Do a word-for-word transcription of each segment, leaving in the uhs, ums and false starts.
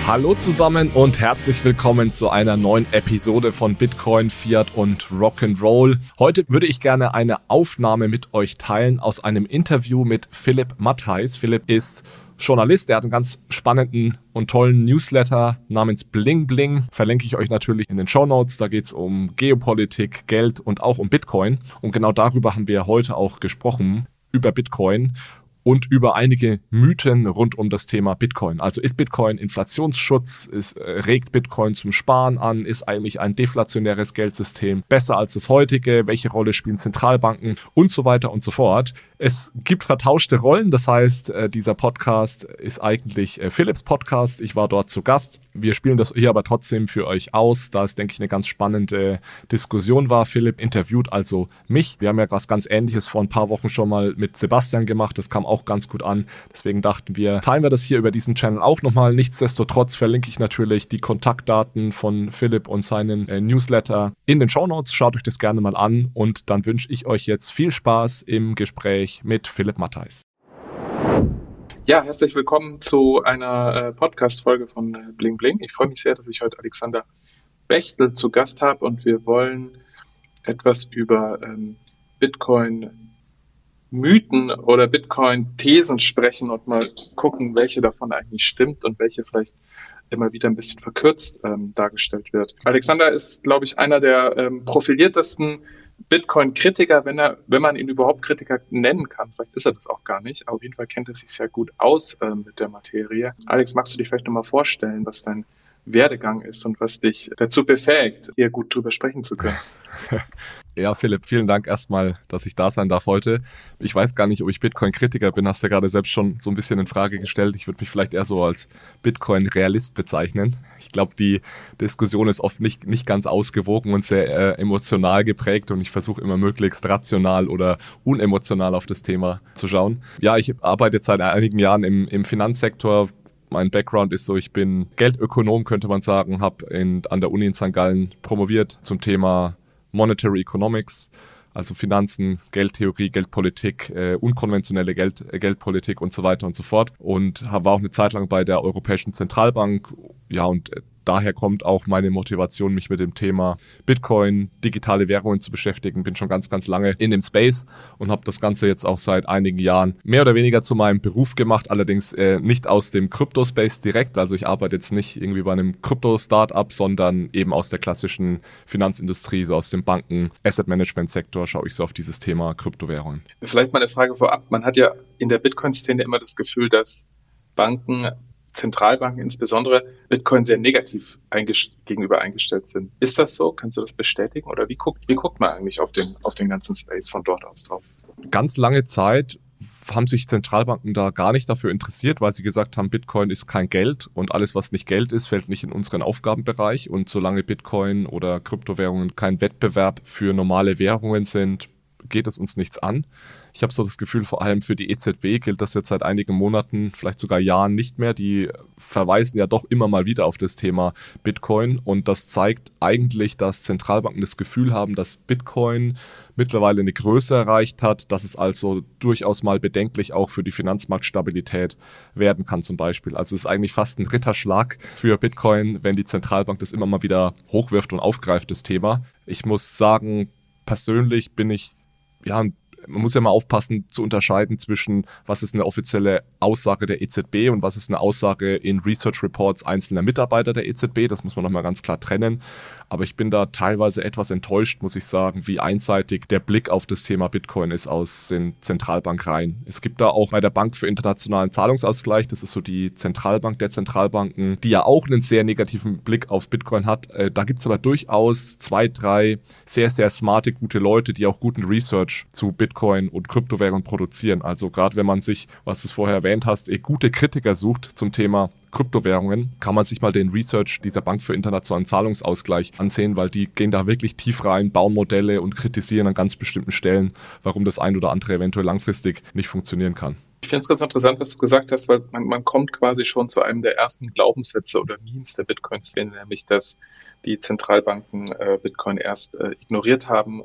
Hallo zusammen und herzlich willkommen zu einer neuen Episode von Bitcoin, Fiat und Rock'n'Roll. Heute würde ich gerne eine Aufnahme mit euch teilen aus einem Interview mit Philipp Matthijs. Philipp ist Journalist, er hat einen ganz spannenden und tollen Newsletter namens Bling Bling. Verlinke ich euch natürlich in den Shownotes. Da geht es um Geopolitik, Geld und auch um Bitcoin. Und genau darüber haben wir heute auch gesprochen, über Bitcoin und über einige Mythen rund um das Thema Bitcoin. Also ist Bitcoin Inflationsschutz? Ist, äh, regt Bitcoin zum Sparen an? Ist eigentlich ein deflationäres Geldsystem besser als das heutige? Welche Rolle spielen Zentralbanken? Und so weiter und so fort. Es gibt vertauschte Rollen, das heißt, äh, dieser Podcast ist eigentlich äh, Philipps Podcast. Ich war dort zu Gast. Wir spielen das hier aber trotzdem für euch aus, da es, denke ich, eine ganz spannende Diskussion war. Philipp interviewt also mich. Wir haben ja was ganz Ähnliches vor ein paar Wochen schon mal mit Sebastian gemacht. Das kam auch ganz gut an. Deswegen dachten wir, teilen wir das hier über diesen Channel auch nochmal. Nichtsdestotrotz verlinke ich natürlich die Kontaktdaten von Philipp und seinen äh, Newsletter in den Shownotes. Schaut euch das gerne mal an und dann wünsche ich euch jetzt viel Spaß im Gespräch mit Philipp Matthijs. Ja, herzlich willkommen zu einer äh, Podcast-Folge von äh, Bling Bling. Ich freue mich sehr, dass ich heute Alexander Bechtel zu Gast habe und wir wollen etwas über ähm, Bitcoin-Mythen oder Bitcoin-Thesen sprechen und mal gucken, welche davon eigentlich stimmt und welche vielleicht immer wieder ein bisschen verkürzt ähm, dargestellt wird. Alexander ist, glaube ich, einer der ähm, profiliertesten Bitcoin-Kritiker, wenn er, wenn man ihn überhaupt Kritiker nennen kann. Vielleicht ist er das auch gar nicht, aber auf jeden Fall kennt er sich sehr gut aus äh, mit der Materie. Alex, magst du dich vielleicht nochmal vorstellen, was dein Werdegang ist und was dich dazu befähigt, hier gut drüber sprechen zu können? Ja, Philipp, vielen Dank erstmal, dass ich da sein darf heute. Ich weiß gar nicht, ob ich Bitcoin-Kritiker bin, hast du ja gerade selbst schon so ein bisschen in Frage gestellt. Ich würde mich vielleicht eher so als Bitcoin-Realist bezeichnen. Ich glaube, die Diskussion ist oft nicht, nicht ganz ausgewogen und sehr äh, emotional geprägt und ich versuche immer möglichst rational oder unemotional auf das Thema zu schauen. Ja, ich arbeite jetzt seit einigen Jahren im, im Finanzsektor. Mein Background ist so, ich bin Geldökonom, könnte man sagen, habe an der Uni in Sankt Gallen promoviert zum Thema Monetary Economics, also Finanzen, Geldtheorie, Geldpolitik, äh, unkonventionelle Geld, äh, Geldpolitik und so weiter und so fort. Und war auch eine Zeit lang bei der Europäischen Zentralbank. Ja, und äh, daher kommt auch meine Motivation, mich mit dem Thema Bitcoin, digitale Währungen zu beschäftigen. Bin schon ganz, ganz lange in dem Space und habe das Ganze jetzt auch seit einigen Jahren mehr oder weniger zu meinem Beruf gemacht, allerdings äh, nicht aus dem Krypto-Space direkt. Also ich arbeite jetzt nicht irgendwie bei einem Krypto-Startup, sondern eben aus der klassischen Finanzindustrie, so aus dem Banken-, Asset-Management-Sektor schaue ich so auf dieses Thema Kryptowährungen. Vielleicht mal eine Frage vorab. Man hat ja in der Bitcoin-Szene immer das Gefühl, dass Banken, Zentralbanken insbesondere, Bitcoin sehr negativ eingest- gegenüber eingestellt sind. Ist das so? Kannst du das bestätigen? Oder wie guckt, wie guckt man eigentlich auf den, auf den ganzen Space von dort aus drauf? Ganz lange Zeit haben sich Zentralbanken da gar nicht dafür interessiert, weil sie gesagt haben, Bitcoin ist kein Geld und alles, was nicht Geld ist, fällt nicht in unseren Aufgabenbereich. Und solange Bitcoin oder Kryptowährungen kein Wettbewerb für normale Währungen sind, geht es uns nichts an. Ich habe so das Gefühl, vor allem für die E Z B gilt das jetzt seit einigen Monaten, vielleicht sogar Jahren nicht mehr. Die verweisen ja doch immer mal wieder auf das Thema Bitcoin und das zeigt eigentlich, dass Zentralbanken das Gefühl haben, dass Bitcoin mittlerweile eine Größe erreicht hat, dass es also durchaus mal bedenklich auch für die Finanzmarktstabilität werden kann zum Beispiel. Also es ist eigentlich fast ein Ritterschlag für Bitcoin, wenn die Zentralbank das immer mal wieder hochwirft und aufgreift, das Thema. Ich muss sagen, persönlich bin ich ja ein Man muss ja mal aufpassen zu unterscheiden zwischen, was ist eine offizielle Aussage der E Z B und was ist eine Aussage in Research Reports einzelner Mitarbeiter der E Z B. Das muss man nochmal ganz klar trennen. Aber ich bin da teilweise etwas enttäuscht, muss ich sagen, wie einseitig der Blick auf das Thema Bitcoin ist aus den Zentralbankreihen. Es gibt da auch bei der Bank für internationalen Zahlungsausgleich, das ist so die Zentralbank der Zentralbanken, die ja auch einen sehr negativen Blick auf Bitcoin hat. Äh, da gibt es aber durchaus zwei, drei sehr, sehr smarte, gute Leute, die auch guten Research zu Bitcoin und Kryptowährungen produzieren. Also gerade wenn man sich, was du es vorher erwähnt hast, eh gute Kritiker sucht zum Thema Kryptowährungen, kann man sich mal den Research dieser Bank für internationalen Zahlungsausgleich ansehen, weil die gehen da wirklich tief rein, bauen Modelle und kritisieren an ganz bestimmten Stellen, warum das ein oder andere eventuell langfristig nicht funktionieren kann. Ich finde es ganz interessant, was du gesagt hast, weil man, man kommt quasi schon zu einem der ersten Glaubenssätze oder Memes der Bitcoin-Szene, nämlich dass die Zentralbanken äh, Bitcoin erst äh, ignoriert haben und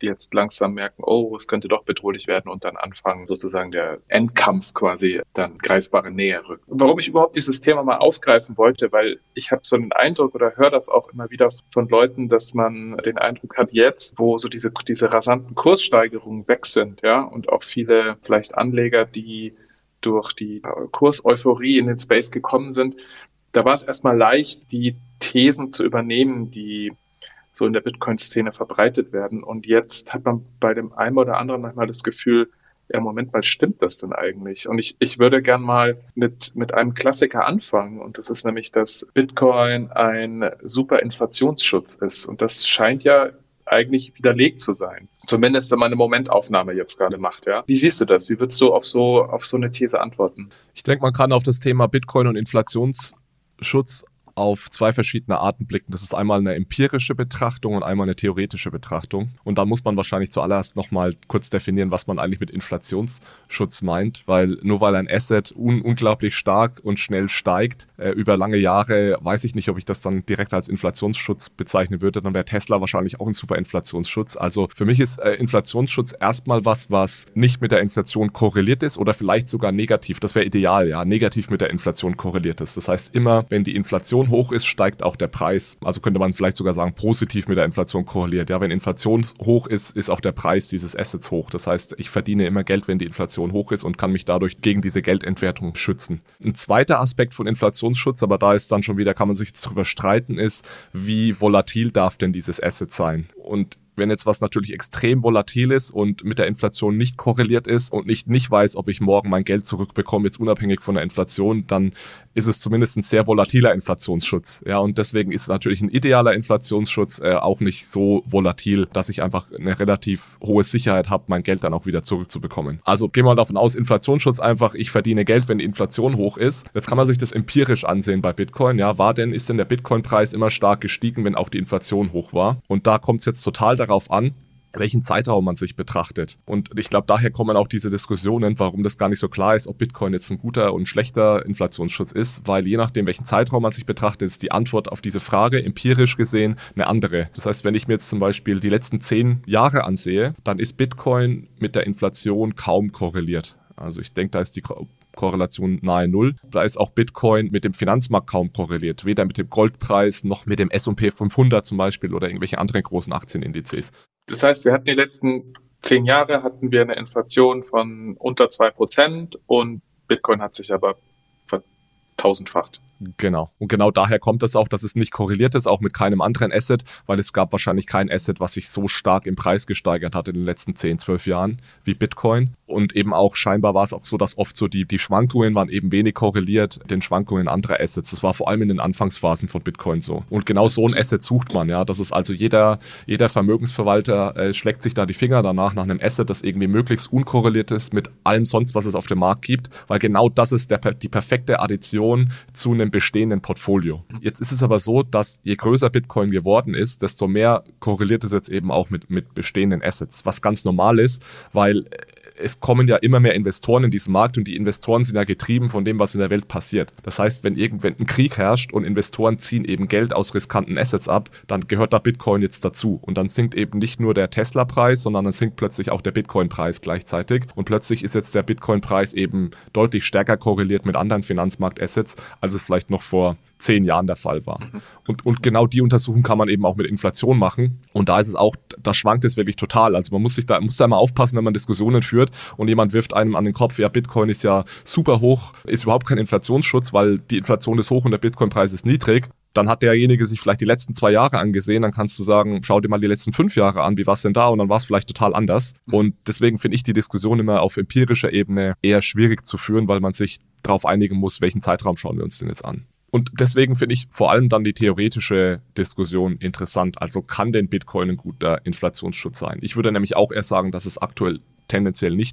jetzt langsam merken, oh, es könnte doch bedrohlich werden und dann anfangen, sozusagen der Endkampf quasi dann greifbare Nähe rückt. Warum ich überhaupt dieses Thema mal aufgreifen wollte, weil ich habe so einen Eindruck oder höre das auch immer wieder von Leuten, dass man den Eindruck hat, jetzt, wo so diese, diese rasanten Kurssteigerungen weg sind, ja, und auch viele vielleicht Anleger, die durch die Kurseuphorie in den Space gekommen sind, da war es erstmal leicht, die Thesen zu übernehmen, die so in der Bitcoin-Szene verbreitet werden. Und jetzt hat man bei dem einen oder anderen manchmal das Gefühl, ja, Moment mal, stimmt das denn eigentlich? Und ich, ich würde gern mal mit, mit einem Klassiker anfangen. Und das ist nämlich, dass Bitcoin ein super Inflationsschutz ist. Und das scheint ja eigentlich widerlegt zu sein. Zumindest wenn man eine Momentaufnahme jetzt gerade macht, ja. Wie siehst du das? Wie würdest du auf so, auf so eine These antworten? Ich denke, man kann auf das Thema Bitcoin und Inflationsschutz auf zwei verschiedene Arten blicken. Das ist einmal eine empirische Betrachtung und einmal eine theoretische Betrachtung. Und da muss man wahrscheinlich zuallererst nochmal kurz definieren, was man eigentlich mit Inflationsschutz meint, weil nur weil ein Asset un- unglaublich stark und schnell steigt, äh, über lange Jahre, weiß ich nicht, ob ich das dann direkt als Inflationsschutz bezeichnen würde, dann wäre Tesla wahrscheinlich auch ein super Inflationsschutz. Also für mich ist äh, Inflationsschutz erstmal was, was nicht mit der Inflation korreliert ist oder vielleicht sogar negativ. Das wäre ideal, ja, negativ mit der Inflation korreliert ist. Das heißt, immer wenn die Inflation hoch ist, steigt auch der Preis. Also könnte man vielleicht sogar sagen, positiv mit der Inflation korreliert. Ja, wenn Inflation hoch ist, ist auch der Preis dieses Assets hoch. Das heißt, ich verdiene immer Geld, wenn die Inflation hoch ist und kann mich dadurch gegen diese Geldentwertung schützen. Ein zweiter Aspekt von Inflationsschutz, aber da ist dann schon wieder, kann man sich jetzt drüber streiten, ist, wie volatil darf denn dieses Asset sein? Und wenn jetzt was natürlich extrem volatil ist und mit der Inflation nicht korreliert ist und ich nicht weiß, ob ich morgen mein Geld zurückbekomme, jetzt unabhängig von der Inflation, dann ist es zumindest ein sehr volatiler Inflationsschutz. Ja, und deswegen ist natürlich ein idealer Inflationsschutz äh, auch nicht so volatil, dass ich einfach eine relativ hohe Sicherheit habe, mein Geld dann auch wieder zurückzubekommen. Also gehen wir mal davon aus, Inflationsschutz einfach, ich verdiene Geld, wenn die Inflation hoch ist. Jetzt kann man sich das empirisch ansehen bei Bitcoin. Ja, war denn, ist denn der Bitcoin-Preis immer stark gestiegen, wenn auch die Inflation hoch war? Und da kommt es jetzt total darauf an, welchen Zeitraum man sich betrachtet. Und ich glaube, daher kommen auch diese Diskussionen, warum das gar nicht so klar ist, ob Bitcoin jetzt ein guter und schlechter Inflationsschutz ist, weil je nachdem, welchen Zeitraum man sich betrachtet, ist die Antwort auf diese Frage empirisch gesehen eine andere. Das heißt, wenn ich mir jetzt zum Beispiel die letzten zehn Jahre ansehe, dann ist Bitcoin mit der Inflation kaum korreliert. Also ich denke, da ist die Korrelation nahe Null. Da ist auch Bitcoin mit dem Finanzmarkt kaum korreliert. Weder mit dem Goldpreis noch mit dem S und P fünfhundert zum Beispiel oder irgendwelche anderen großen Aktienindizes. Das heißt, wir hatten die letzten zehn Jahre hatten wir eine Inflation von unter zwei Prozent und Bitcoin hat sich aber vertausendfacht. Genau. Und genau daher kommt es auch, dass es nicht korreliert ist, auch mit keinem anderen Asset, weil es gab wahrscheinlich kein Asset, was sich so stark im Preis gesteigert hat in den letzten zehn, zwölf Jahren wie Bitcoin. Und eben auch scheinbar war es auch so, dass oft so die, die Schwankungen waren eben wenig korreliert den Schwankungen anderer Assets. Das war vor allem in den Anfangsphasen von Bitcoin so. Und genau so ein Asset sucht man, ja. Das ist also jeder, jeder Vermögensverwalter äh, schlägt sich da die Finger danach nach einem Asset, das irgendwie möglichst unkorreliert ist mit allem sonst, was es auf dem Markt gibt, weil genau das ist der, die perfekte Addition zu einem bestehenden Portfolio. Jetzt ist es aber so, dass je größer Bitcoin geworden ist, desto mehr korreliert es jetzt eben auch mit, mit bestehenden Assets, was ganz normal ist, weil es kommen ja immer mehr Investoren in diesen Markt und die Investoren sind ja getrieben von dem, was in der Welt passiert. Das heißt, wenn irgendwann ein Krieg herrscht und Investoren ziehen eben Geld aus riskanten Assets ab, dann gehört da Bitcoin jetzt dazu. Und dann sinkt eben nicht nur der Tesla-Preis, sondern dann sinkt plötzlich auch der Bitcoin-Preis gleichzeitig. Und plötzlich ist jetzt der Bitcoin-Preis eben deutlich stärker korreliert mit anderen Finanzmarkt-Assets, als es vielleicht noch vor zehn Jahren der Fall war. Und, und genau die Untersuchung kann man eben auch mit Inflation machen. Und da ist es auch, da schwankt es wirklich total. Also man muss sich da, muss da mal aufpassen, wenn man Diskussionen führt und jemand wirft einem an den Kopf, ja, Bitcoin ist ja super hoch, ist überhaupt kein Inflationsschutz, weil die Inflation ist hoch und der Bitcoin-Preis ist niedrig. Dann hat derjenige sich vielleicht die letzten zwei Jahre angesehen, dann kannst du sagen, schau dir mal die letzten fünf Jahre an, wie war es denn da? Und dann war es vielleicht total anders. Und deswegen finde ich die Diskussion immer auf empirischer Ebene eher schwierig zu führen, weil man sich darauf einigen muss, welchen Zeitraum schauen wir uns denn jetzt an. Und deswegen finde ich vor allem dann die theoretische Diskussion interessant. Also kann denn Bitcoin ein guter Inflationsschutz sein? Ich würde nämlich auch eher sagen, dass es aktuell tendenziell nicht ist.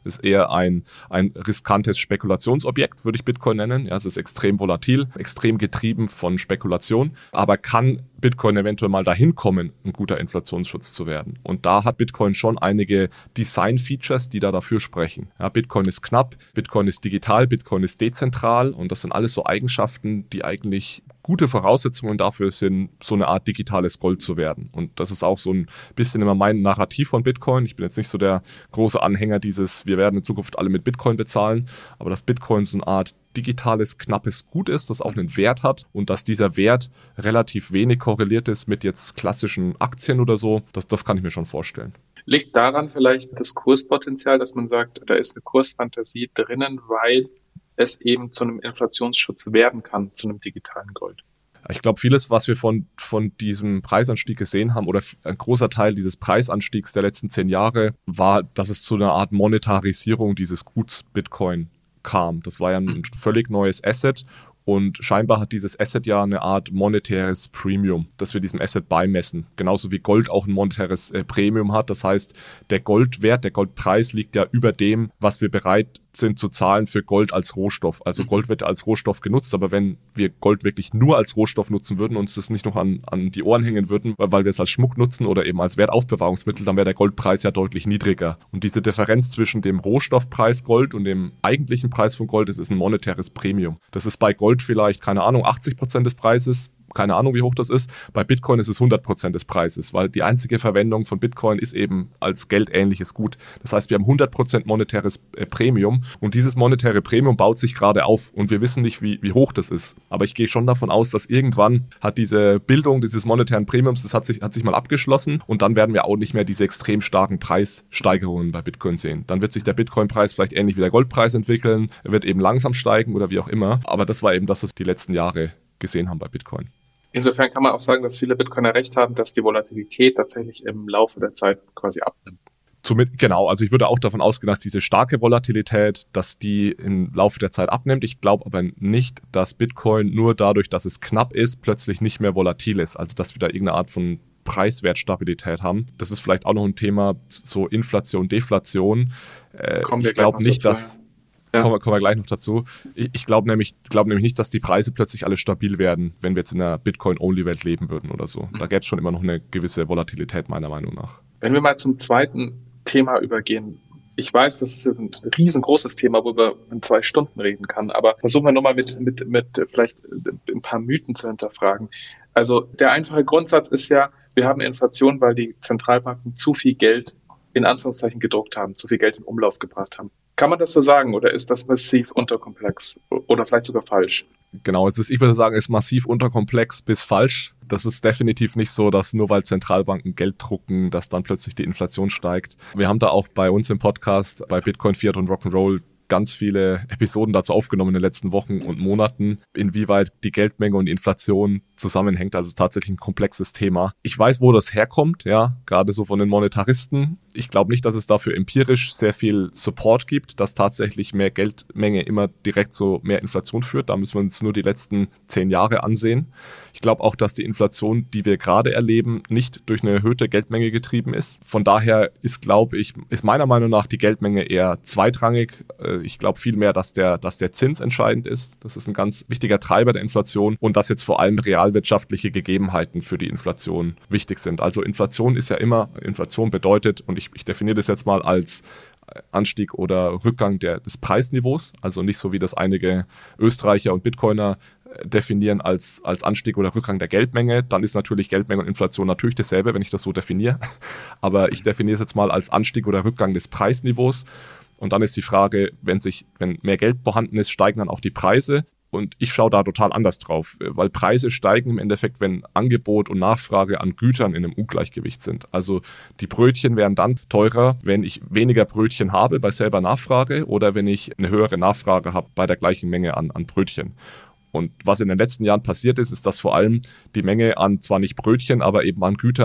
ist eher ein, ein riskantes Spekulationsobjekt, würde ich Bitcoin nennen. Ja, es ist extrem volatil, extrem getrieben von Spekulation, aber kann Bitcoin eventuell mal dahin kommen, ein guter Inflationsschutz zu werden. Und da hat Bitcoin schon einige Design-Features, die da dafür sprechen. Ja, Bitcoin ist knapp, Bitcoin ist digital, Bitcoin ist dezentral und das sind alles so Eigenschaften, die eigentlich gute Voraussetzungen dafür sind, so eine Art digitales Gold zu werden. Und das ist auch so ein bisschen immer mein Narrativ von Bitcoin. Ich bin jetzt nicht so der große Anhänger dieses, wir werden in Zukunft alle mit Bitcoin bezahlen, aber dass Bitcoin so eine Art digitales, knappes Gut ist, das auch einen Wert hat und dass dieser Wert relativ wenig korreliert ist mit jetzt klassischen Aktien oder so, das, das kann ich mir schon vorstellen. Liegt daran vielleicht das Kurspotenzial, dass man sagt, da ist eine Kursfantasie drinnen, weil es eben zu einem Inflationsschutz werden kann, zu einem digitalen Gold? Ich glaube, vieles, was wir von, von diesem Preisanstieg gesehen haben oder ein großer Teil dieses Preisanstiegs der letzten zehn Jahre war, dass es zu einer Art Monetarisierung dieses Guts Bitcoin kam. Das war ja ein völlig neues Asset und scheinbar hat dieses Asset ja eine Art monetäres Premium, das wir diesem Asset beimessen. Genauso wie Gold auch ein monetäres äh, Premium hat. Das heißt, der Goldwert, der Goldpreis liegt ja über dem, was wir bereit sind zu zahlen für Gold als Rohstoff. Also Gold wird als Rohstoff genutzt, aber wenn wir Gold wirklich nur als Rohstoff nutzen würden und uns das nicht noch an, an die Ohren hängen würden, weil wir es als Schmuck nutzen oder eben als Wertaufbewahrungsmittel, dann wäre der Goldpreis ja deutlich niedriger. Und diese Differenz zwischen dem Rohstoffpreis Gold und dem eigentlichen Preis von Gold, das ist ein monetäres Premium. Das ist bei Gold vielleicht, keine Ahnung, achtzig Prozent des Preises. Keine Ahnung, wie hoch das ist. Bei Bitcoin ist es hundert Prozent des Preises, weil die einzige Verwendung von Bitcoin ist eben als geldähnliches Gut. Das heißt, wir haben hundert Prozent monetäres äh, Premium und dieses monetäre Premium baut sich gerade auf und wir wissen nicht, wie, wie hoch das ist. Aber ich gehe schon davon aus, dass irgendwann hat diese Bildung dieses monetären Premiums, das hat sich, hat sich mal abgeschlossen und dann werden wir auch nicht mehr diese extrem starken Preissteigerungen bei Bitcoin sehen. Dann wird sich der Bitcoin-Preis vielleicht ähnlich wie der Goldpreis entwickeln, wird eben langsam steigen oder wie auch immer. Aber das war eben das, was wir die letzten Jahre gesehen haben bei Bitcoin. Insofern kann man auch sagen, dass viele Bitcoiner recht haben, dass die Volatilität tatsächlich im Laufe der Zeit quasi abnimmt. Zumindest, genau, also ich würde auch davon ausgehen, dass diese starke Volatilität, dass die im Laufe der Zeit abnimmt. Ich glaube aber nicht, dass Bitcoin nur dadurch, dass es knapp ist, plötzlich nicht mehr volatil ist. Also dass wir da irgendeine Art von Preiswertstabilität haben. Das ist vielleicht auch noch ein Thema, so Inflation, Deflation. Äh, ich glaube nicht, dass... Ja. Ja. Kommen, wir, kommen wir gleich noch dazu. Ich, ich glaube nämlich, glaub nämlich nicht, dass die Preise plötzlich alle stabil werden, wenn wir jetzt in einer Bitcoin-Only-Welt leben würden oder so. Da gäbe es schon immer noch eine gewisse Volatilität, meiner Meinung nach. Wenn wir mal zum zweiten Thema übergehen. Ich weiß, das ist ein riesengroßes Thema, worüber man in zwei Stunden reden kann, aber versuchen wir nochmal mit, mit, mit vielleicht ein paar Mythen zu hinterfragen. Also der einfache Grundsatz ist ja, wir haben Inflation, weil die Zentralbanken zu viel Geld in Anführungszeichen gedruckt haben, zu viel Geld in Umlauf gebracht haben. Kann man das so sagen oder ist das massiv unterkomplex oder vielleicht sogar falsch? Genau, es ist, ich würde sagen, es ist massiv unterkomplex bis falsch. Das ist definitiv nicht so, dass nur weil Zentralbanken Geld drucken, dass dann plötzlich die Inflation steigt. Wir haben da auch bei uns im Podcast, bei Bitcoin, Fiat und Rock'n'Roll ganz viele Episoden dazu aufgenommen in den letzten Wochen und Monaten, inwieweit die Geldmenge und die Inflation zusammenhängt. Also es ist tatsächlich ein komplexes Thema. Ich weiß, wo das herkommt, ja, gerade so von den Monetaristen. Ich glaube nicht, dass es dafür empirisch sehr viel Support gibt, dass tatsächlich mehr Geldmenge immer direkt zu mehr Inflation führt. Da müssen wir uns nur die letzten zehn Jahre ansehen. Ich glaube auch, dass die Inflation, die wir gerade erleben, nicht durch eine erhöhte Geldmenge getrieben ist. Von daher ist, glaube ich, ist meiner Meinung nach die Geldmenge eher zweitrangig. Ich glaube vielmehr, dass der, dass der Zins entscheidend ist. Das ist ein ganz wichtiger Treiber der Inflation und dass jetzt vor allem realwirtschaftliche Gegebenheiten für die Inflation wichtig sind. Also Inflation ist ja immer, Inflation bedeutet, und ich, ich definiere das jetzt mal als Anstieg oder Rückgang der, des Preisniveaus, also nicht so wie das einige Österreicher und Bitcoiner definieren als, als Anstieg oder Rückgang der Geldmenge, dann ist natürlich Geldmenge und Inflation natürlich dasselbe, wenn ich das so definiere. Aber ich definiere es jetzt mal als Anstieg oder Rückgang des Preisniveaus. Und dann ist die Frage, wenn sich, wenn mehr Geld vorhanden ist, steigen dann auch die Preise. Und ich schaue da total anders drauf, weil Preise steigen im Endeffekt, wenn Angebot und Nachfrage an Gütern in einem Ungleichgewicht sind. Also die Brötchen werden dann teurer, wenn ich weniger Brötchen habe bei selber Nachfrage oder wenn ich eine höhere Nachfrage habe bei der gleichen Menge an, an Brötchen. Und was in den letzten Jahren passiert ist, ist, dass vor allem die Menge an zwar nicht Brötchen, aber eben an Gütern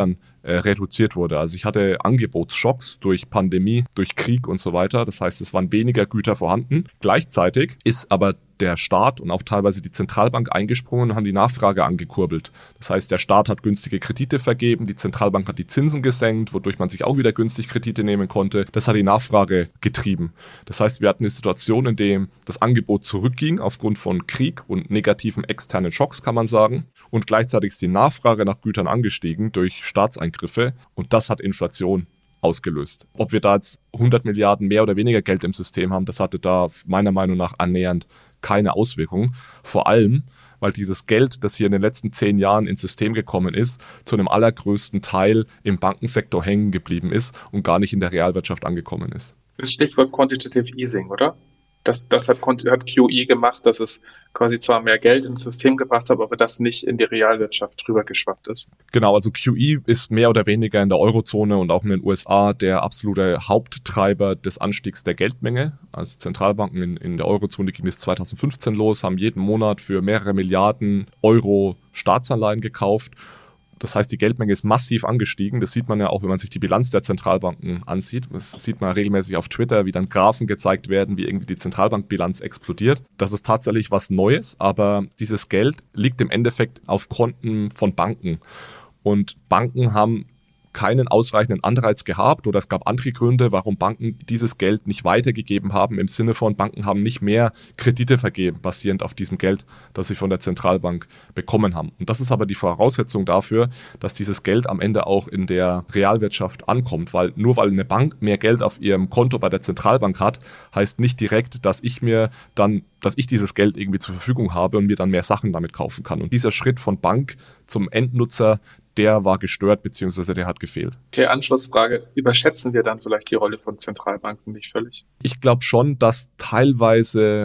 äh, reduziert wurde. Also ich hatte Angebotsschocks durch Pandemie, durch Krieg und so weiter. Das heißt, es waren weniger Güter vorhanden. Gleichzeitig ist aber der Staat und auch teilweise die Zentralbank eingesprungen und haben die Nachfrage angekurbelt. Das heißt, der Staat hat günstige Kredite vergeben, die Zentralbank hat die Zinsen gesenkt, wodurch man sich auch wieder günstig Kredite nehmen konnte. Das hat die Nachfrage getrieben. Das heißt, wir hatten eine Situation, in der das Angebot zurückging aufgrund von Krieg und negativen externen Schocks, kann man sagen. Und gleichzeitig ist die Nachfrage nach Gütern angestiegen durch Staatseingriffe und das hat Inflation ausgelöst. Ob wir da jetzt hundert Milliarden mehr oder weniger Geld im System haben, das hatte da meiner Meinung nach annähernd keine Auswirkung. Vor allem, weil dieses Geld, das hier in den letzten zehn Jahren ins System gekommen ist, zu einem allergrößten Teil im Bankensektor hängen geblieben ist und gar nicht in der Realwirtschaft angekommen ist. Das Stichwort Quantitative Easing, oder? Das, das hat, hat Q E gemacht, dass es quasi zwar mehr Geld ins System gebracht hat, aber das nicht in die Realwirtschaft rübergeschwappt ist. Genau, also Q E ist mehr oder weniger in der Eurozone und auch in den U S A der absolute Haupttreiber des Anstiegs der Geldmenge. Also Zentralbanken in, in der Eurozone ging es zweitausendfünfzehn los, haben jeden Monat für mehrere Milliarden Euro Staatsanleihen gekauft. Das heißt, die Geldmenge ist massiv angestiegen. Das sieht man ja auch, wenn man sich die Bilanz der Zentralbanken ansieht. Das sieht man regelmäßig auf Twitter, wie dann Graphen gezeigt werden, wie irgendwie die Zentralbankbilanz explodiert. Das ist tatsächlich was Neues, aber dieses Geld liegt im Endeffekt auf Konten von Banken. Und Banken haben keinen ausreichenden Anreiz gehabt oder es gab andere Gründe, warum Banken dieses Geld nicht weitergegeben haben, im Sinne von Banken haben nicht mehr Kredite vergeben, basierend auf diesem Geld, das sie von der Zentralbank bekommen haben. Und das ist aber die Voraussetzung dafür, dass dieses Geld am Ende auch in der Realwirtschaft ankommt, weil nur weil eine Bank mehr Geld auf ihrem Konto bei der Zentralbank hat, heißt nicht direkt, dass ich mir dann, dass ich dieses Geld irgendwie zur Verfügung habe und mir dann mehr Sachen damit kaufen kann. Und dieser Schritt von Bank zum Endnutzer, der war gestört, beziehungsweise der hat gefehlt. Okay, Anschlussfrage. Überschätzen wir dann vielleicht die Rolle von Zentralbanken nicht völlig? Ich glaube schon, dass teilweise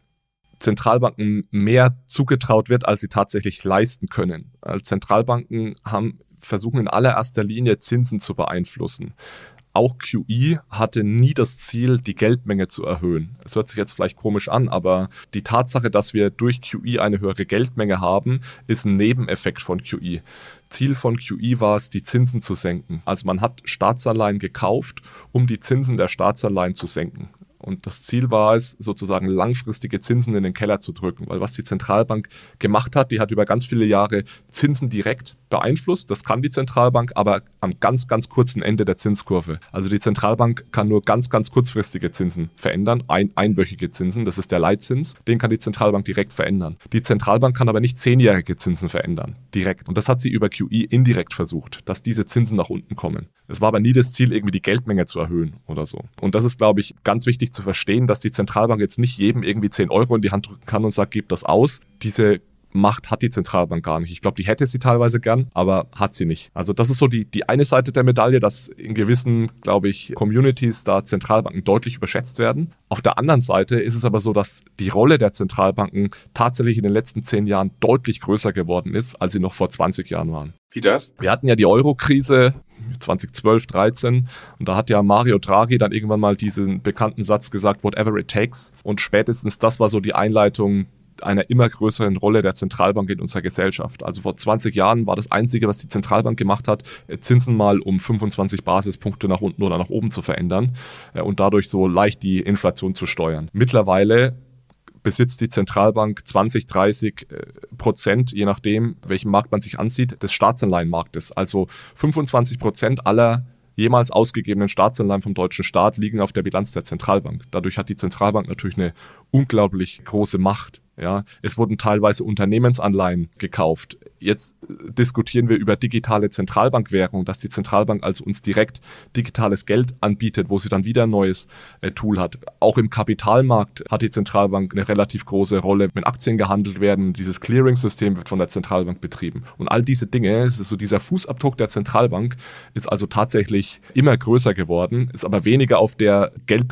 Zentralbanken mehr zugetraut wird, als sie tatsächlich leisten können. Als Zentralbanken haben, versuchen in allererster Linie Zinsen zu beeinflussen. Auch Q E hatte nie das Ziel, die Geldmenge zu erhöhen. Es hört sich jetzt vielleicht komisch an, aber die Tatsache, dass wir durch Q E eine höhere Geldmenge haben, ist ein Nebeneffekt von Q E. Ziel von Q E war es, die Zinsen zu senken. Also man hat Staatsanleihen gekauft, um die Zinsen der Staatsanleihen zu senken. Und das Ziel war es, sozusagen langfristige Zinsen in den Keller zu drücken. Weil was die Zentralbank gemacht hat, die hat über ganz viele Jahre Zinsen direkt beeinflusst. Das kann die Zentralbank, aber am ganz, ganz kurzen Ende der Zinskurve. Also die Zentralbank kann nur ganz, ganz kurzfristige Zinsen verändern. Ein, einwöchige Zinsen, das ist der Leitzins. Den kann die Zentralbank direkt verändern. Die Zentralbank kann aber nicht zehnjährige Zinsen verändern, direkt. Und das hat sie über Q E indirekt versucht, dass diese Zinsen nach unten kommen. Es war aber nie das Ziel, irgendwie die Geldmenge zu erhöhen oder so. Und das ist, glaube ich, ganz wichtig zu verstehen, dass die Zentralbank jetzt nicht jedem irgendwie zehn Euro in die Hand drücken kann und sagt, gib das aus. Diese Macht hat die Zentralbank gar nicht. Ich glaube, die hätte sie teilweise gern, aber hat sie nicht. Also das ist so die, die eine Seite der Medaille, dass in gewissen, glaube ich, Communities da Zentralbanken deutlich überschätzt werden. Auf der anderen Seite ist es aber so, dass die Rolle der Zentralbanken tatsächlich in den letzten zehn Jahren deutlich größer geworden ist, als sie noch vor zwanzig Jahren waren. Wie das? Wir hatten ja die Euro-Krise zweitausendzwölf, dreizehn und da hat ja Mario Draghi dann irgendwann mal diesen bekannten Satz gesagt, whatever it takes. Und spätestens das war so die Einleitung einer immer größeren Rolle der Zentralbank in unserer Gesellschaft. Also vor zwanzig Jahren war das Einzige, was die Zentralbank gemacht hat, Zinsen mal um fünfundzwanzig Basispunkte nach unten oder nach oben zu verändern und dadurch so leicht die Inflation zu steuern. Mittlerweile besitzt die Zentralbank zwanzig, dreißig Prozent, je nachdem, welchen Markt man sich ansieht, des Staatsanleihenmarktes. Also fünfundzwanzig Prozent aller jemals ausgegebenen Staatsanleihen vom deutschen Staat liegen auf der Bilanz der Zentralbank. Dadurch hat die Zentralbank natürlich eine unglaublich große Macht. Ja, es wurden teilweise Unternehmensanleihen gekauft. Jetzt diskutieren wir über digitale Zentralbankwährung, dass die Zentralbank also uns direkt digitales Geld anbietet, wo sie dann wieder ein neues äh, Tool hat. Auch im Kapitalmarkt hat die Zentralbank eine relativ große Rolle, wenn Aktien gehandelt werden. Dieses Clearing-System wird von der Zentralbank betrieben. Und all diese Dinge, so dieser Fußabdruck der Zentralbank ist also tatsächlich immer größer geworden, ist aber weniger auf der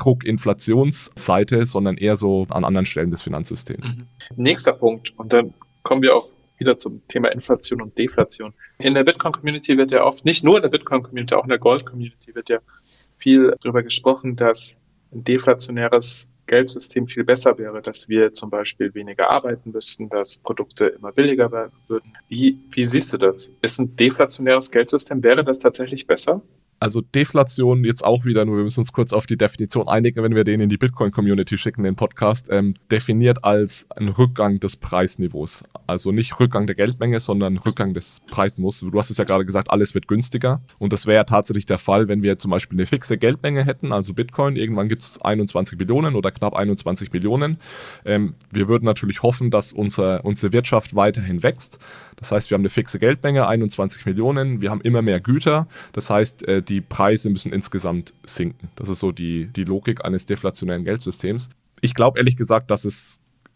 Gelddruck-Inflationsseite, sondern eher so an anderen Stellen des Finanzsystems. Mhm. Nächster Punkt, und dann kommen wir auch wieder zum Thema Inflation und Deflation. In der Bitcoin-Community wird ja oft, nicht nur in der Bitcoin-Community, auch in der Gold-Community wird ja viel darüber gesprochen, dass ein deflationäres Geldsystem viel besser wäre, dass wir zum Beispiel weniger arbeiten müssten, dass Produkte immer billiger werden würden. Wie, wie siehst du das? Ist ein deflationäres Geldsystem, wäre das tatsächlich besser? Also Deflation jetzt auch wieder, nur wir müssen uns kurz auf die Definition einigen, wenn wir den in die Bitcoin-Community schicken, den Podcast, ähm, definiert als ein Rückgang des Preisniveaus. Also nicht Rückgang der Geldmenge, sondern Rückgang des Preisniveaus. Du hast es ja gerade gesagt, alles wird günstiger. Und das wäre ja tatsächlich der Fall, wenn wir zum Beispiel eine fixe Geldmenge hätten, also Bitcoin, irgendwann gibt es einundzwanzig Billionen oder knapp einundzwanzig Billionen. Ähm, wir würden natürlich hoffen, dass unser, unsere Wirtschaft weiterhin wächst. Das heißt, wir haben eine fixe Geldmenge, einundzwanzig Millionen, wir haben immer mehr Güter. Das heißt, äh, die Preise müssen insgesamt sinken. Das ist so die, die Logik eines deflationären Geldsystems. Ich glaube ehrlich gesagt, dass es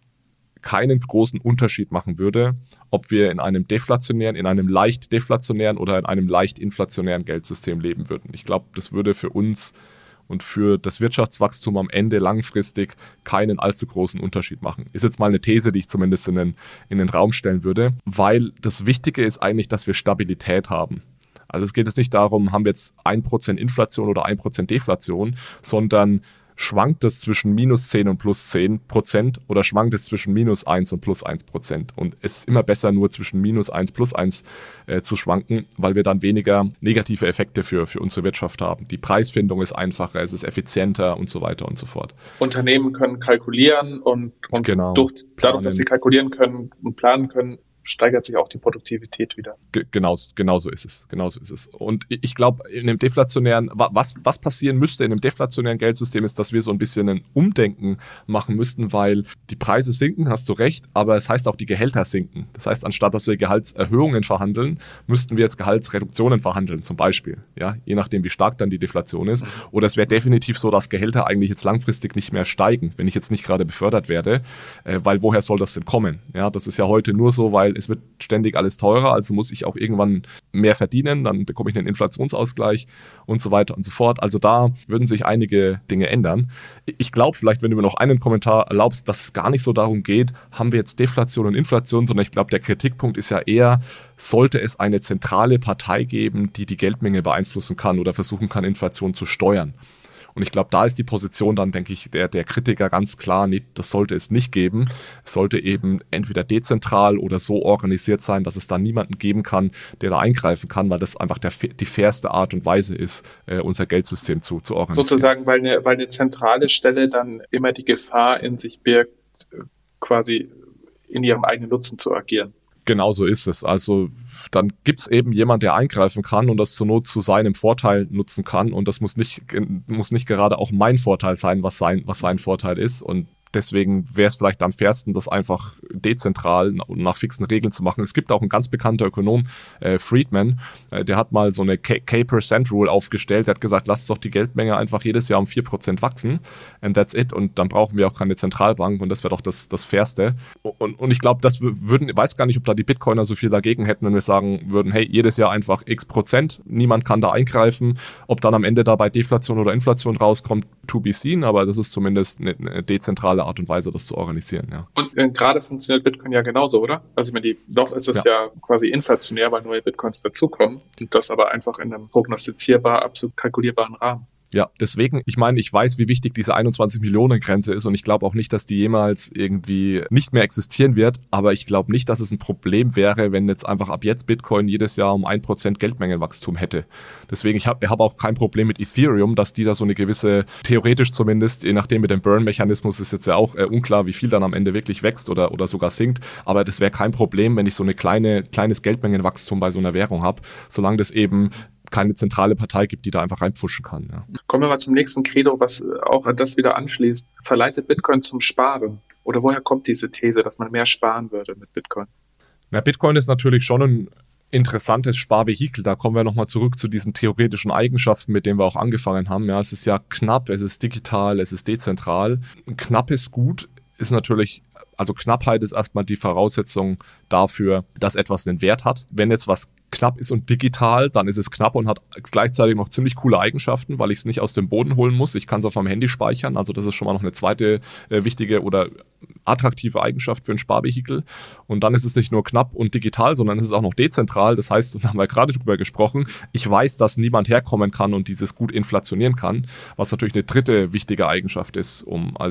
keinen großen Unterschied machen würde, ob wir in einem deflationären, in einem leicht deflationären oder in einem leicht inflationären Geldsystem leben würden. Ich glaube, das würde für uns und für das Wirtschaftswachstum am Ende langfristig keinen allzu großen Unterschied machen. Ist jetzt mal eine These, die ich zumindest in den, in den Raum stellen würde, weil das Wichtige ist eigentlich, dass wir Stabilität haben. Also es geht jetzt nicht darum, haben wir jetzt ein Prozent Inflation oder ein Prozent Deflation, sondern schwankt es zwischen minus zehn und plus zehn Prozent oder schwankt es zwischen minus eins und plus eins Prozent. Und es ist immer besser, nur zwischen minus eins plus eins äh, zu schwanken, weil wir dann weniger negative Effekte für, für unsere Wirtschaft haben. Die Preisfindung ist einfacher, es ist effizienter und so weiter und so fort. Unternehmen können kalkulieren und, und genau, durch, dadurch, dass sie kalkulieren können und planen können, steigert sich auch die Produktivität wieder. Ge- genau, genau so ist es. Genau so ist es. Und ich glaube, in einem deflationären, was, was passieren müsste in einem deflationären Geldsystem ist, dass wir so ein bisschen ein Umdenken machen müssten, weil die Preise sinken, hast du recht, aber es heißt auch, die Gehälter sinken. Das heißt, anstatt dass wir Gehaltserhöhungen verhandeln, müssten wir jetzt Gehaltsreduktionen verhandeln, zum Beispiel. Ja, je nachdem, wie stark dann die Deflation ist. Oder es wäre definitiv so, dass Gehälter eigentlich jetzt langfristig nicht mehr steigen, wenn ich jetzt nicht gerade befördert werde, äh, weil woher soll das denn kommen? Ja, das ist ja heute nur so, weil es wird ständig alles teurer, also muss ich auch irgendwann mehr verdienen, dann bekomme ich einen Inflationsausgleich und so weiter und so fort. Also da würden sich einige Dinge ändern. Ich glaube vielleicht, wenn du mir noch einen Kommentar erlaubst, dass es gar nicht so darum geht, haben wir jetzt Deflation und Inflation, sondern ich glaube, der Kritikpunkt ist ja eher, sollte es eine zentrale Partei geben, die die Geldmenge beeinflussen kann oder versuchen kann, Inflation zu steuern. Und ich glaube, da ist die Position dann, denke ich, der, der Kritiker ganz klar, nee, das sollte es nicht geben. Es sollte eben entweder dezentral oder so organisiert sein, dass es da niemanden geben kann, der da eingreifen kann, weil das einfach der, die fairste Art und Weise ist, äh, unser Geldsystem zu, zu organisieren. Sozusagen, weil eine, weil eine zentrale Stelle dann immer die Gefahr in sich birgt, quasi in ihrem eigenen Nutzen zu agieren. Genau so ist es. Also dann gibt es eben jemand, der eingreifen kann und das zur Not zu seinem Vorteil nutzen kann. Und das muss nicht, muss nicht gerade auch mein Vorteil sein, was sein, was sein Vorteil ist. Und deswegen wäre es vielleicht am fairsten, das einfach dezentral und nach fixen Regeln zu machen. Es gibt auch einen ganz bekannter Ökonom, äh, Friedman, äh, der hat mal so eine K-Percent-Rule aufgestellt. Der hat gesagt, lasst doch die Geldmenge einfach jedes Jahr um vier Prozent wachsen and that's it. Und dann brauchen wir auch keine Zentralbank und das wäre doch das, das Fairste. Und, und ich glaube, das würden, ich weiß gar nicht, ob da die Bitcoiner so viel dagegen hätten, wenn wir sagen würden, hey, jedes Jahr einfach x Prozent, niemand kann da eingreifen. Ob dann am Ende dabei Deflation oder Inflation rauskommt, to be seen, aber das ist zumindest eine, eine dezentrale Art und Weise, das zu organisieren. Ja. Und äh, gerade funktioniert Bitcoin ja genauso, oder? Also ich meine, die, doch ist es ja. ja quasi inflationär, weil neue Bitcoins dazukommen und das aber einfach in einem prognostizierbar, absolut kalkulierbaren Rahmen. Ja, deswegen, ich meine, ich weiß, wie wichtig diese einundzwanzig Millionen Grenze ist und ich glaube auch nicht, dass die jemals irgendwie nicht mehr existieren wird, aber ich glaube nicht, dass es ein Problem wäre, wenn jetzt einfach ab jetzt Bitcoin jedes Jahr um ein Prozent Geldmengenwachstum hätte. Deswegen, ich habe hab auch kein Problem mit Ethereum, dass die da so eine gewisse, theoretisch zumindest, je nachdem mit dem Burn-Mechanismus ist jetzt ja auch äh, unklar, wie viel dann am Ende wirklich wächst oder, oder sogar sinkt, aber das wäre kein Problem, wenn ich so eine kleine, kleines Geldmengenwachstum bei so einer Währung habe, solange das eben keine zentrale Partei gibt, die da einfach reinpfuschen kann. Ja. Kommen wir mal zum nächsten Credo, was auch an das wieder anschließt. Verleitet Bitcoin zum Sparen? Oder woher kommt diese These, dass man mehr sparen würde mit Bitcoin? Na, Bitcoin ist natürlich schon ein interessantes Sparvehikel. Da kommen wir nochmal zurück zu diesen theoretischen Eigenschaften, mit denen wir auch angefangen haben. Ja, es ist ja knapp, es ist digital, es ist dezentral. Ein knappes Gut ist natürlich, also Knappheit ist erstmal die Voraussetzung dafür, dass etwas einen Wert hat. Wenn jetzt was knapp ist und digital, dann ist es knapp und hat gleichzeitig noch ziemlich coole Eigenschaften, weil ich es nicht aus dem Boden holen muss. Ich kann es auf meinem Handy speichern. Also das ist schon mal noch eine zweite äh, wichtige oder attraktive Eigenschaft für ein Sparvehikel. Und dann ist es nicht nur knapp und digital, sondern es ist auch noch dezentral. Das heißt, da haben wir gerade drüber gesprochen, ich weiß, dass niemand herkommen kann und dieses Gut inflationieren kann, was natürlich eine dritte wichtige Eigenschaft ist, um als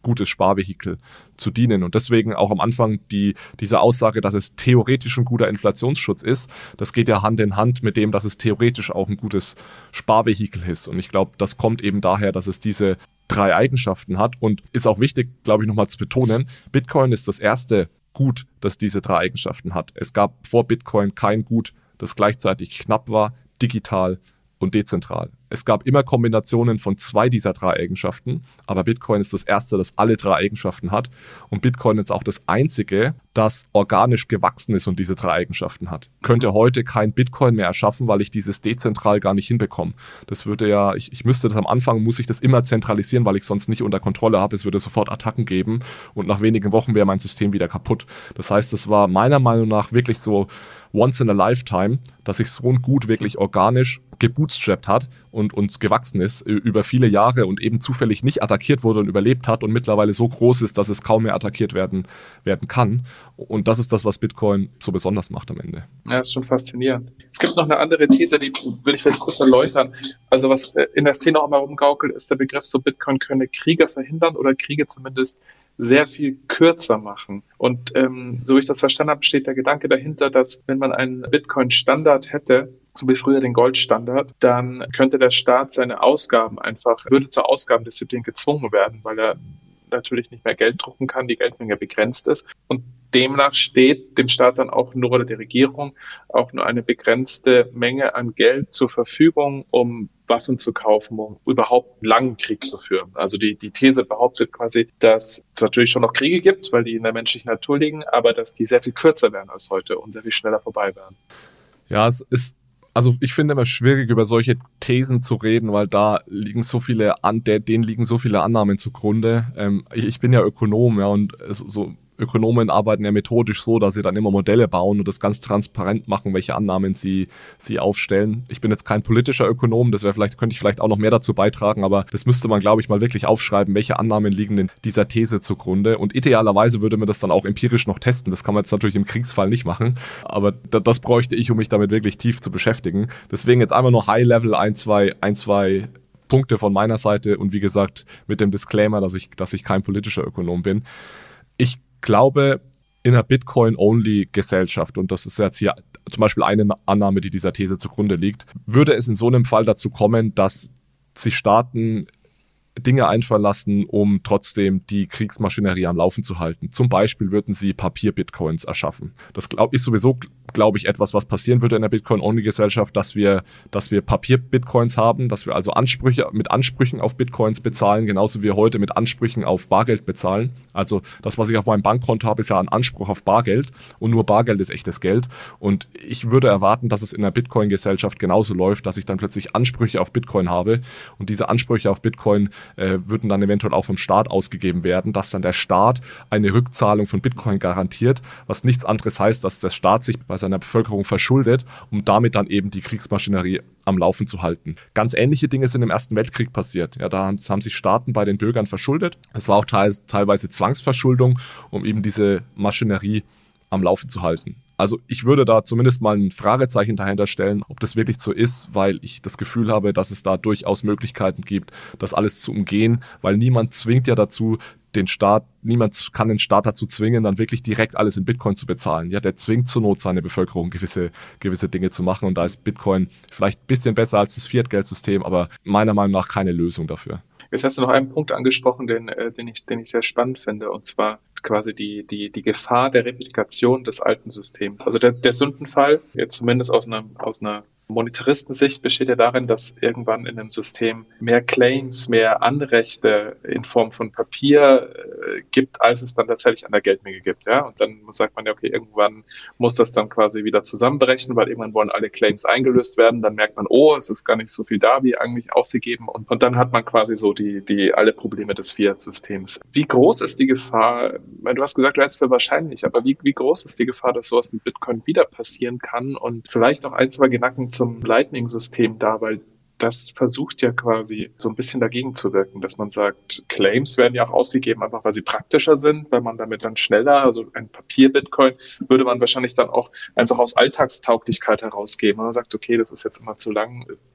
gutes Sparvehikel zu dienen. Und deswegen auch am Anfang die, diese Aussage, dass es theoretisch ein guter Inflationsschutz ist, das geht ja Hand in Hand mit dem, dass es theoretisch auch ein gutes Sparvehikel ist. Und ich glaube, das kommt eben daher, dass es diese drei Eigenschaften hat und ist auch wichtig, glaube ich, nochmal zu betonen, Bitcoin ist das erste Gut, das diese drei Eigenschaften hat. Es gab vor Bitcoin kein Gut, das gleichzeitig knapp war, digital und dezentral. Es gab immer Kombinationen von zwei dieser drei Eigenschaften, aber Bitcoin ist das erste, das alle drei Eigenschaften hat. Und Bitcoin ist auch das einzige, das organisch gewachsen ist und diese drei Eigenschaften hat. Ich könnte heute kein Bitcoin mehr erschaffen, weil ich dieses dezentral gar nicht hinbekomme. Das würde ja, ich, ich müsste das am Anfang, muss ich das immer zentralisieren, weil ich sonst nicht unter Kontrolle habe. Es würde sofort Attacken geben und nach wenigen Wochen wäre mein System wieder kaputt. Das heißt, das war meiner Meinung nach wirklich so once in a lifetime, dass sich so ein Gut wirklich organisch gebootstrapped hat und uns gewachsen ist über viele Jahre und eben zufällig nicht attackiert wurde und überlebt hat und mittlerweile so groß ist, dass es kaum mehr attackiert werden, werden kann. Und das ist das, was Bitcoin so besonders macht am Ende. Ja, ist schon faszinierend. Es gibt noch eine andere These, die will ich vielleicht kurz erläutern. Also was in der Szene auch mal rumgaukelt, ist der Begriff, so Bitcoin könne Kriege verhindern oder Kriege zumindest sehr viel kürzer machen. Und ähm, so wie ich das verstanden habe, steht der Gedanke dahinter, dass wenn man einen Bitcoin-Standard hätte, so wie früher den Goldstandard, dann könnte der Staat seine Ausgaben einfach, würde zur Ausgabendisziplin gezwungen werden, weil er natürlich nicht mehr Geld drucken kann, die Geldmenge begrenzt ist. Und demnach steht dem Staat dann auch nur oder der Regierung auch nur eine begrenzte Menge an Geld zur Verfügung, um Waffen zu kaufen, um überhaupt einen langen Krieg zu führen. Also die, die These behauptet quasi, dass es natürlich schon noch Kriege gibt, weil die in der menschlichen Natur liegen, aber dass die sehr viel kürzer werden als heute und sehr viel schneller vorbei werden. Ja, es ist Also ich finde immer schwierig, über solche Thesen zu reden, weil da liegen so viele, an denen liegen so viele Annahmen zugrunde. Ähm, ich, ich bin ja Ökonom, ja, und so Ökonomen arbeiten ja methodisch so, dass sie dann immer Modelle bauen und das ganz transparent machen, welche Annahmen sie, sie aufstellen. Ich bin jetzt kein politischer Ökonom, das wäre vielleicht, könnte ich vielleicht auch noch mehr dazu beitragen, aber das müsste man, glaube ich, mal wirklich aufschreiben, welche Annahmen liegen denn dieser These zugrunde. Und idealerweise würde man das dann auch empirisch noch testen. Das kann man jetzt natürlich im Kriegsfall nicht machen, aber das bräuchte ich, um mich damit wirklich tief zu beschäftigen. Deswegen jetzt einmal noch High-Level ein, zwei, ein, zwei Punkte von meiner Seite und wie gesagt mit dem Disclaimer, dass ich, dass ich kein politischer Ökonom bin. Ich glaube, in einer Bitcoin-Only-Gesellschaft, und das ist jetzt hier zum Beispiel eine Annahme, die dieser These zugrunde liegt, würde es in so einem Fall dazu kommen, dass sich Staaten Dinge einfallen lassen, um trotzdem die Kriegsmaschinerie am Laufen zu halten. Zum Beispiel würden sie Papier-Bitcoins erschaffen. Das glaub, ist sowieso, glaube ich, etwas, was passieren würde in der Bitcoin-Only-Gesellschaft, dass wir, dass wir Papier-Bitcoins haben, dass wir also Ansprüche mit Ansprüchen auf Bitcoins bezahlen, genauso wie wir heute mit Ansprüchen auf Bargeld bezahlen. Also das, was ich auf meinem Bankkonto habe, ist ja ein Anspruch auf Bargeld und nur Bargeld ist echtes Geld. Und ich würde erwarten, dass es in der Bitcoin-Gesellschaft genauso läuft, dass ich dann plötzlich Ansprüche auf Bitcoin habe und diese Ansprüche auf Bitcoin äh, würden dann eventuell auch vom Staat ausgegeben werden, dass dann der Staat eine Rückzahlung von Bitcoin garantiert, was nichts anderes heißt, dass der Staat sich bei seiner Bevölkerung verschuldet, um damit dann eben die Kriegsmaschinerie am Laufen zu halten. Ganz ähnliche Dinge sind im Ersten Weltkrieg passiert. Ja, da haben, haben sich Staaten bei den Bürgern verschuldet. Es war auch teils, teilweise Zwangsverschuldung, um eben diese Maschinerie am Laufen zu halten. Also ich würde da zumindest mal ein Fragezeichen dahinter stellen, ob das wirklich so ist, weil ich das Gefühl habe, dass es da durchaus Möglichkeiten gibt, das alles zu umgehen, weil niemand zwingt ja dazu, den Staat, niemand kann den Staat dazu zwingen, dann wirklich direkt alles in Bitcoin zu bezahlen. Ja, der zwingt zur Not seine Bevölkerung, gewisse, gewisse Dinge zu machen und da ist Bitcoin vielleicht ein bisschen besser als das Fiat-Geldsystem, aber meiner Meinung nach keine Lösung dafür. Jetzt hast du noch einen Punkt angesprochen, den, äh, den ich, den ich sehr spannend finde, und zwar quasi die, die, die Gefahr der Replikation des alten Systems. Also der, der Sündenfall, jetzt zumindest aus einer, aus einer Monetaristensicht, besteht ja darin, dass irgendwann in einem System mehr Claims, mehr Anrechte in Form von Papier äh, gibt, als es dann tatsächlich an der Geldmenge gibt. Ja? Und dann sagt man ja, okay, irgendwann muss das dann quasi wieder zusammenbrechen, weil irgendwann wollen alle Claims eingelöst werden. Dann merkt man, oh, es ist gar nicht so viel da, wie eigentlich ausgegeben. Und, und dann hat man quasi so die, die alle Probleme des Fiat-Systems. Wie groß ist die Gefahr? Du hast gesagt, du hältst es für wahrscheinlich, aber wie, wie groß ist die Gefahr, dass sowas mit Bitcoin wieder passieren kann? Und vielleicht auch ein, zwei Gedanken zum Lightning-System da, weil das versucht ja quasi so ein bisschen dagegen zu wirken, dass man sagt, Claims werden ja auch ausgegeben, einfach weil sie praktischer sind, weil man damit dann schneller, also ein Papier-Bitcoin würde man wahrscheinlich dann auch einfach aus Alltagstauglichkeit herausgeben. Man sagt, okay, das ist jetzt immer zu lang,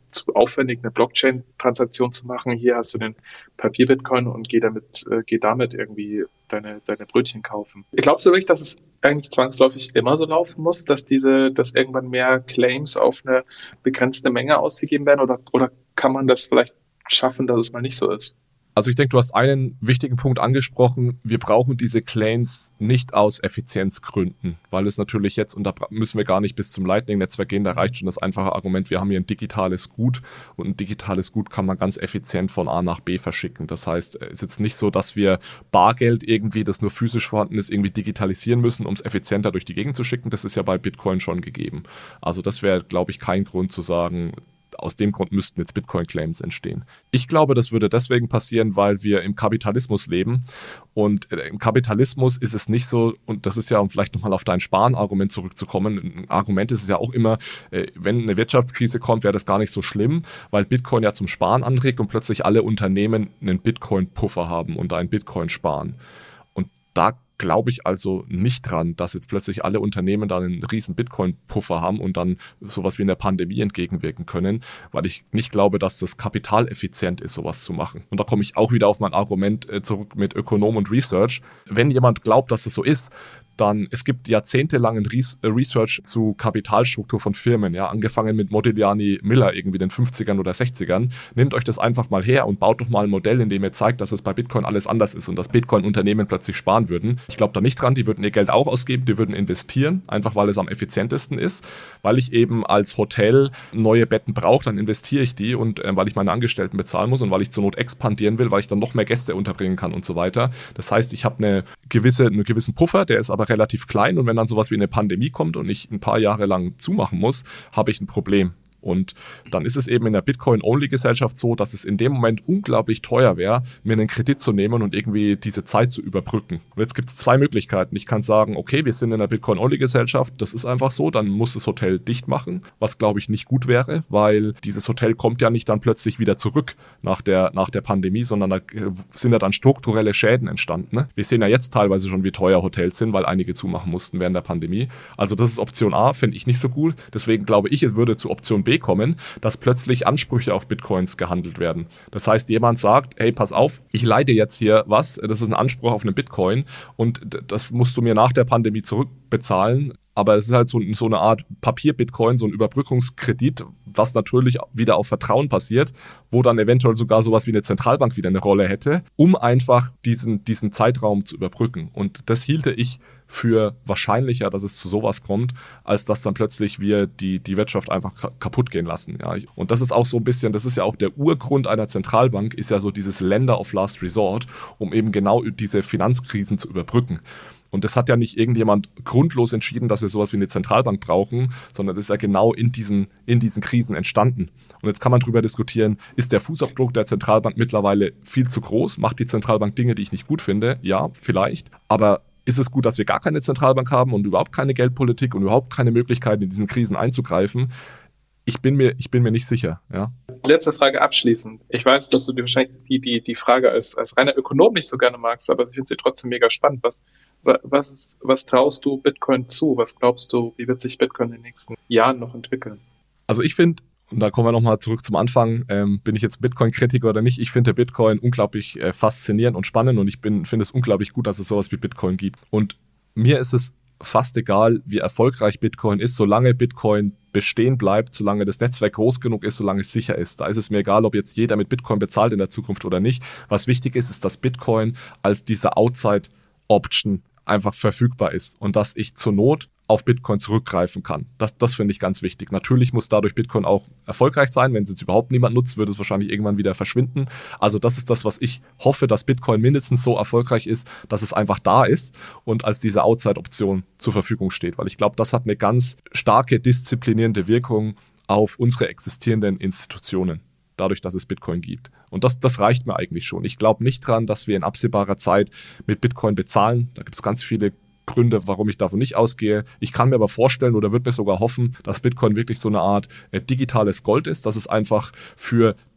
zu aufwendig, eine Blockchain-Transaktion zu machen. Hier hast du den Papier-Bitcoin und geh damit, äh, geh damit irgendwie deine, deine Brötchen kaufen. Glaubst du wirklich, dass es eigentlich zwangsläufig immer so laufen muss, dass diese, dass irgendwann mehr Claims auf eine begrenzte Menge ausgegeben werden, oder, oder kann man das vielleicht schaffen, dass es mal nicht so ist? Also ich denke, du hast einen wichtigen Punkt angesprochen. Wir brauchen diese Claims nicht aus Effizienzgründen, weil es natürlich jetzt, und da müssen wir gar nicht bis zum Lightning-Netzwerk gehen, da reicht schon das einfache Argument, wir haben hier ein digitales Gut und ein digitales Gut kann man ganz effizient von A nach B verschicken. Das heißt, es ist jetzt nicht so, dass wir Bargeld irgendwie, das nur physisch vorhanden ist, irgendwie digitalisieren müssen, um es effizienter durch die Gegend zu schicken. Das ist ja bei Bitcoin schon gegeben. Also das wäre, glaube ich, kein Grund zu sagen, aus dem Grund müssten jetzt Bitcoin-Claims entstehen. Ich glaube, das würde deswegen passieren, weil wir im Kapitalismus leben. Und im Kapitalismus ist es nicht so, und das ist ja, um vielleicht nochmal auf dein Sparen-Argument zurückzukommen, ein Argument ist es ja auch immer, wenn eine Wirtschaftskrise kommt, wäre das gar nicht so schlimm, weil Bitcoin ja zum Sparen anregt und plötzlich alle Unternehmen einen Bitcoin-Puffer haben und einen Bitcoin sparen. Und da glaube ich also nicht dran, dass jetzt plötzlich alle Unternehmen da einen riesen Bitcoin-Puffer haben und dann sowas wie in der Pandemie entgegenwirken können, weil ich nicht glaube, dass das kapitaleffizient ist, sowas zu machen. Und da komme ich auch wieder auf mein Argument zurück mit Ökonom und Research. Wenn jemand glaubt, dass das so ist, dann, es gibt jahrzehntelangen Research zu Kapitalstruktur von Firmen, ja, angefangen mit Modigliani Miller irgendwie in den fünfzigern oder sechzigern. Nehmt euch das einfach mal her und baut doch mal ein Modell, in dem ihr zeigt, dass es bei Bitcoin alles anders ist und dass Bitcoin-Unternehmen plötzlich sparen würden. Ich glaube da nicht dran, die würden ihr Geld auch ausgeben, die würden investieren, einfach weil es am effizientesten ist. Weil ich eben als Hotel neue Betten brauche, dann investiere ich die und äh, weil ich meine Angestellten bezahlen muss und weil ich zur Not expandieren will, weil ich dann noch mehr Gäste unterbringen kann und so weiter. Das heißt, ich habe eine gewisse, einen gewissen Puffer, der ist aber relativ klein, und wenn dann sowas wie eine Pandemie kommt und ich ein paar Jahre lang zumachen muss, habe ich ein Problem. Und dann ist es eben in der Bitcoin-Only-Gesellschaft so, dass es in dem Moment unglaublich teuer wäre, mir einen Kredit zu nehmen und irgendwie diese Zeit zu überbrücken. Und jetzt gibt es zwei Möglichkeiten. Ich kann sagen, okay, wir sind in der Bitcoin-Only-Gesellschaft, das ist einfach so, dann muss das Hotel dicht machen, was glaube ich nicht gut wäre, weil dieses Hotel kommt ja nicht dann plötzlich wieder zurück nach der, nach der Pandemie, sondern da sind ja dann strukturelle Schäden entstanden. Ne? Wir sehen ja jetzt teilweise schon, wie teuer Hotels sind, weil einige zumachen mussten während der Pandemie. Also das ist Option A, finde ich nicht so gut. Deswegen glaube ich, es würde zu Option B kommen, dass plötzlich Ansprüche auf Bitcoins gehandelt werden. Das heißt, jemand sagt, hey, pass auf, ich leih dir jetzt hier was, das ist ein Anspruch auf einen Bitcoin und das musst du mir nach der Pandemie zurückbezahlen. Aber es ist halt so, so eine Art Papier-Bitcoin, so ein Überbrückungskredit, was natürlich wieder auf Vertrauen passiert, wo dann eventuell sogar sowas wie eine Zentralbank wieder eine Rolle hätte, um einfach diesen, diesen Zeitraum zu überbrücken. Und das hielte ich für wahrscheinlicher, dass es zu sowas kommt, als dass dann plötzlich wir die, die Wirtschaft einfach kaputt gehen lassen. Ja. Und das ist auch so ein bisschen, das ist ja auch der Urgrund einer Zentralbank, ist ja so dieses Lender of Last Resort, um eben genau diese Finanzkrisen zu überbrücken. Und das hat ja nicht irgendjemand grundlos entschieden, dass wir sowas wie eine Zentralbank brauchen, sondern das ist ja genau in diesen, in diesen Krisen entstanden. Und jetzt kann man darüber diskutieren, ist der Fußabdruck der Zentralbank mittlerweile viel zu groß? Macht die Zentralbank Dinge, die ich nicht gut finde? Ja, vielleicht. Aber ist es gut, dass wir gar keine Zentralbank haben und überhaupt keine Geldpolitik und überhaupt keine Möglichkeit, in diesen Krisen einzugreifen? Ich bin mir, ich bin mir nicht sicher. Ja. Letzte Frage abschließend. Ich weiß, dass du dir wahrscheinlich die, die, die Frage als, als reiner Ökonom nicht so gerne magst, aber ich finde sie trotzdem mega spannend. Was, was, ist, was traust du Bitcoin zu? Was glaubst du, wie wird sich Bitcoin in den nächsten Jahren noch entwickeln? Also ich finde, und da kommen wir nochmal zurück zum Anfang, ähm, bin ich jetzt Bitcoin-Kritiker oder nicht? Ich finde Bitcoin unglaublich äh, faszinierend und spannend und ich finde es unglaublich gut, dass es sowas wie Bitcoin gibt. Und mir ist es fast egal, wie erfolgreich Bitcoin ist, solange Bitcoin bestehen bleibt, solange das Netzwerk groß genug ist, solange es sicher ist. Da ist es mir egal, ob jetzt jeder mit Bitcoin bezahlt in der Zukunft oder nicht. Was wichtig ist, ist, dass Bitcoin als diese Outside-Option einfach verfügbar ist und dass ich zur Not auf Bitcoin zurückgreifen kann. Das, das finde ich ganz wichtig. Natürlich muss dadurch Bitcoin auch erfolgreich sein. Wenn es jetzt überhaupt niemand nutzt, würde es wahrscheinlich irgendwann wieder verschwinden. Also das ist das, was ich hoffe, dass Bitcoin mindestens so erfolgreich ist, dass es einfach da ist und als diese Outside-Option zur Verfügung steht. Weil ich glaube, das hat eine ganz starke disziplinierende Wirkung auf unsere existierenden Institutionen, dadurch, dass es Bitcoin gibt. Und das, das reicht mir eigentlich schon. Ich glaube nicht dran, dass wir in absehbarer Zeit mit Bitcoin bezahlen. Da gibt es ganz viele Gründe, warum ich davon nicht ausgehe. Ich kann mir aber vorstellen oder würde mir sogar hoffen, dass Bitcoin wirklich so eine Art äh, digitales Gold ist, dass es einfach für den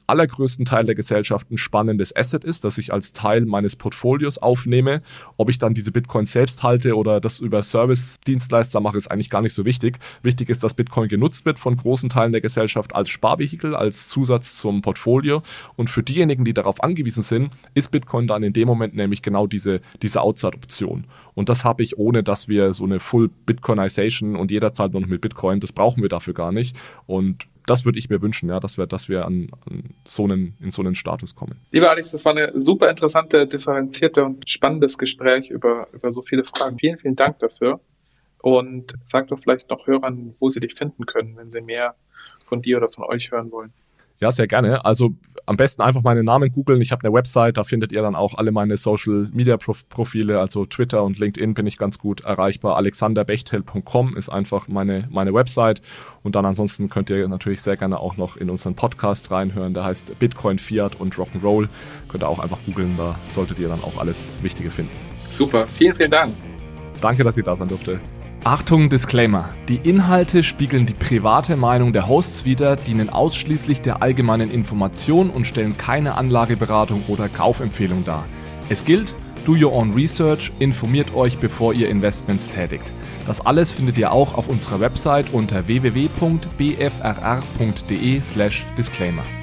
allergrößten Teil der Gesellschaft ein spannendes Asset ist, das ich als Teil meines Portfolios aufnehme. Ob ich dann diese Bitcoins selbst halte oder das über Service-Dienstleister mache, ist eigentlich gar nicht so wichtig. Wichtig ist, dass Bitcoin genutzt wird von großen Teilen der Gesellschaft als Sparvehikel, als Zusatz zum Portfolio. Und für diejenigen, die darauf angewiesen sind, ist Bitcoin dann in dem Moment nämlich genau diese, diese Outside-Option. Und das habe ich, ohne dass wir so eine Full-Bitcoinization und jeder zahlt nur noch mit Bitcoin, das brauchen wir dafür gar nicht. Und das würde ich mir wünschen, ja, dass wir, dass wir an, an so einen, in so einen Status kommen. Lieber Alex, das war eine super interessante, differenzierte und spannendes Gespräch über, über so viele Fragen. Vielen, vielen Dank dafür. Und sag doch vielleicht noch Hörern, wo sie dich finden können, wenn sie mehr von dir oder von euch hören wollen. Ja, sehr gerne. Also am besten einfach meinen Namen googeln. Ich habe eine Website, da findet ihr dann auch alle meine Social-Media-Profile, also Twitter und LinkedIn bin ich ganz gut erreichbar. alexander bechtel punkt com ist einfach meine, meine Website. Und dann ansonsten könnt ihr natürlich sehr gerne auch noch in unseren Podcast reinhören. Der heißt Bitcoin, Fiat und Rock'n'Roll. Könnt ihr auch einfach googeln, da solltet ihr dann auch alles Wichtige finden. Super, vielen, vielen Dank. Danke, dass ihr da sein durfte. Achtung, Disclaimer. Die Inhalte spiegeln die private Meinung der Hosts wider, dienen ausschließlich der allgemeinen Information und stellen keine Anlageberatung oder Kaufempfehlung dar. Es gilt, do your own research, informiert euch, bevor ihr Investments tätigt. Das alles findet ihr auch auf unserer Website unter w w w punkt b f r r punkt d e slash disclaimer.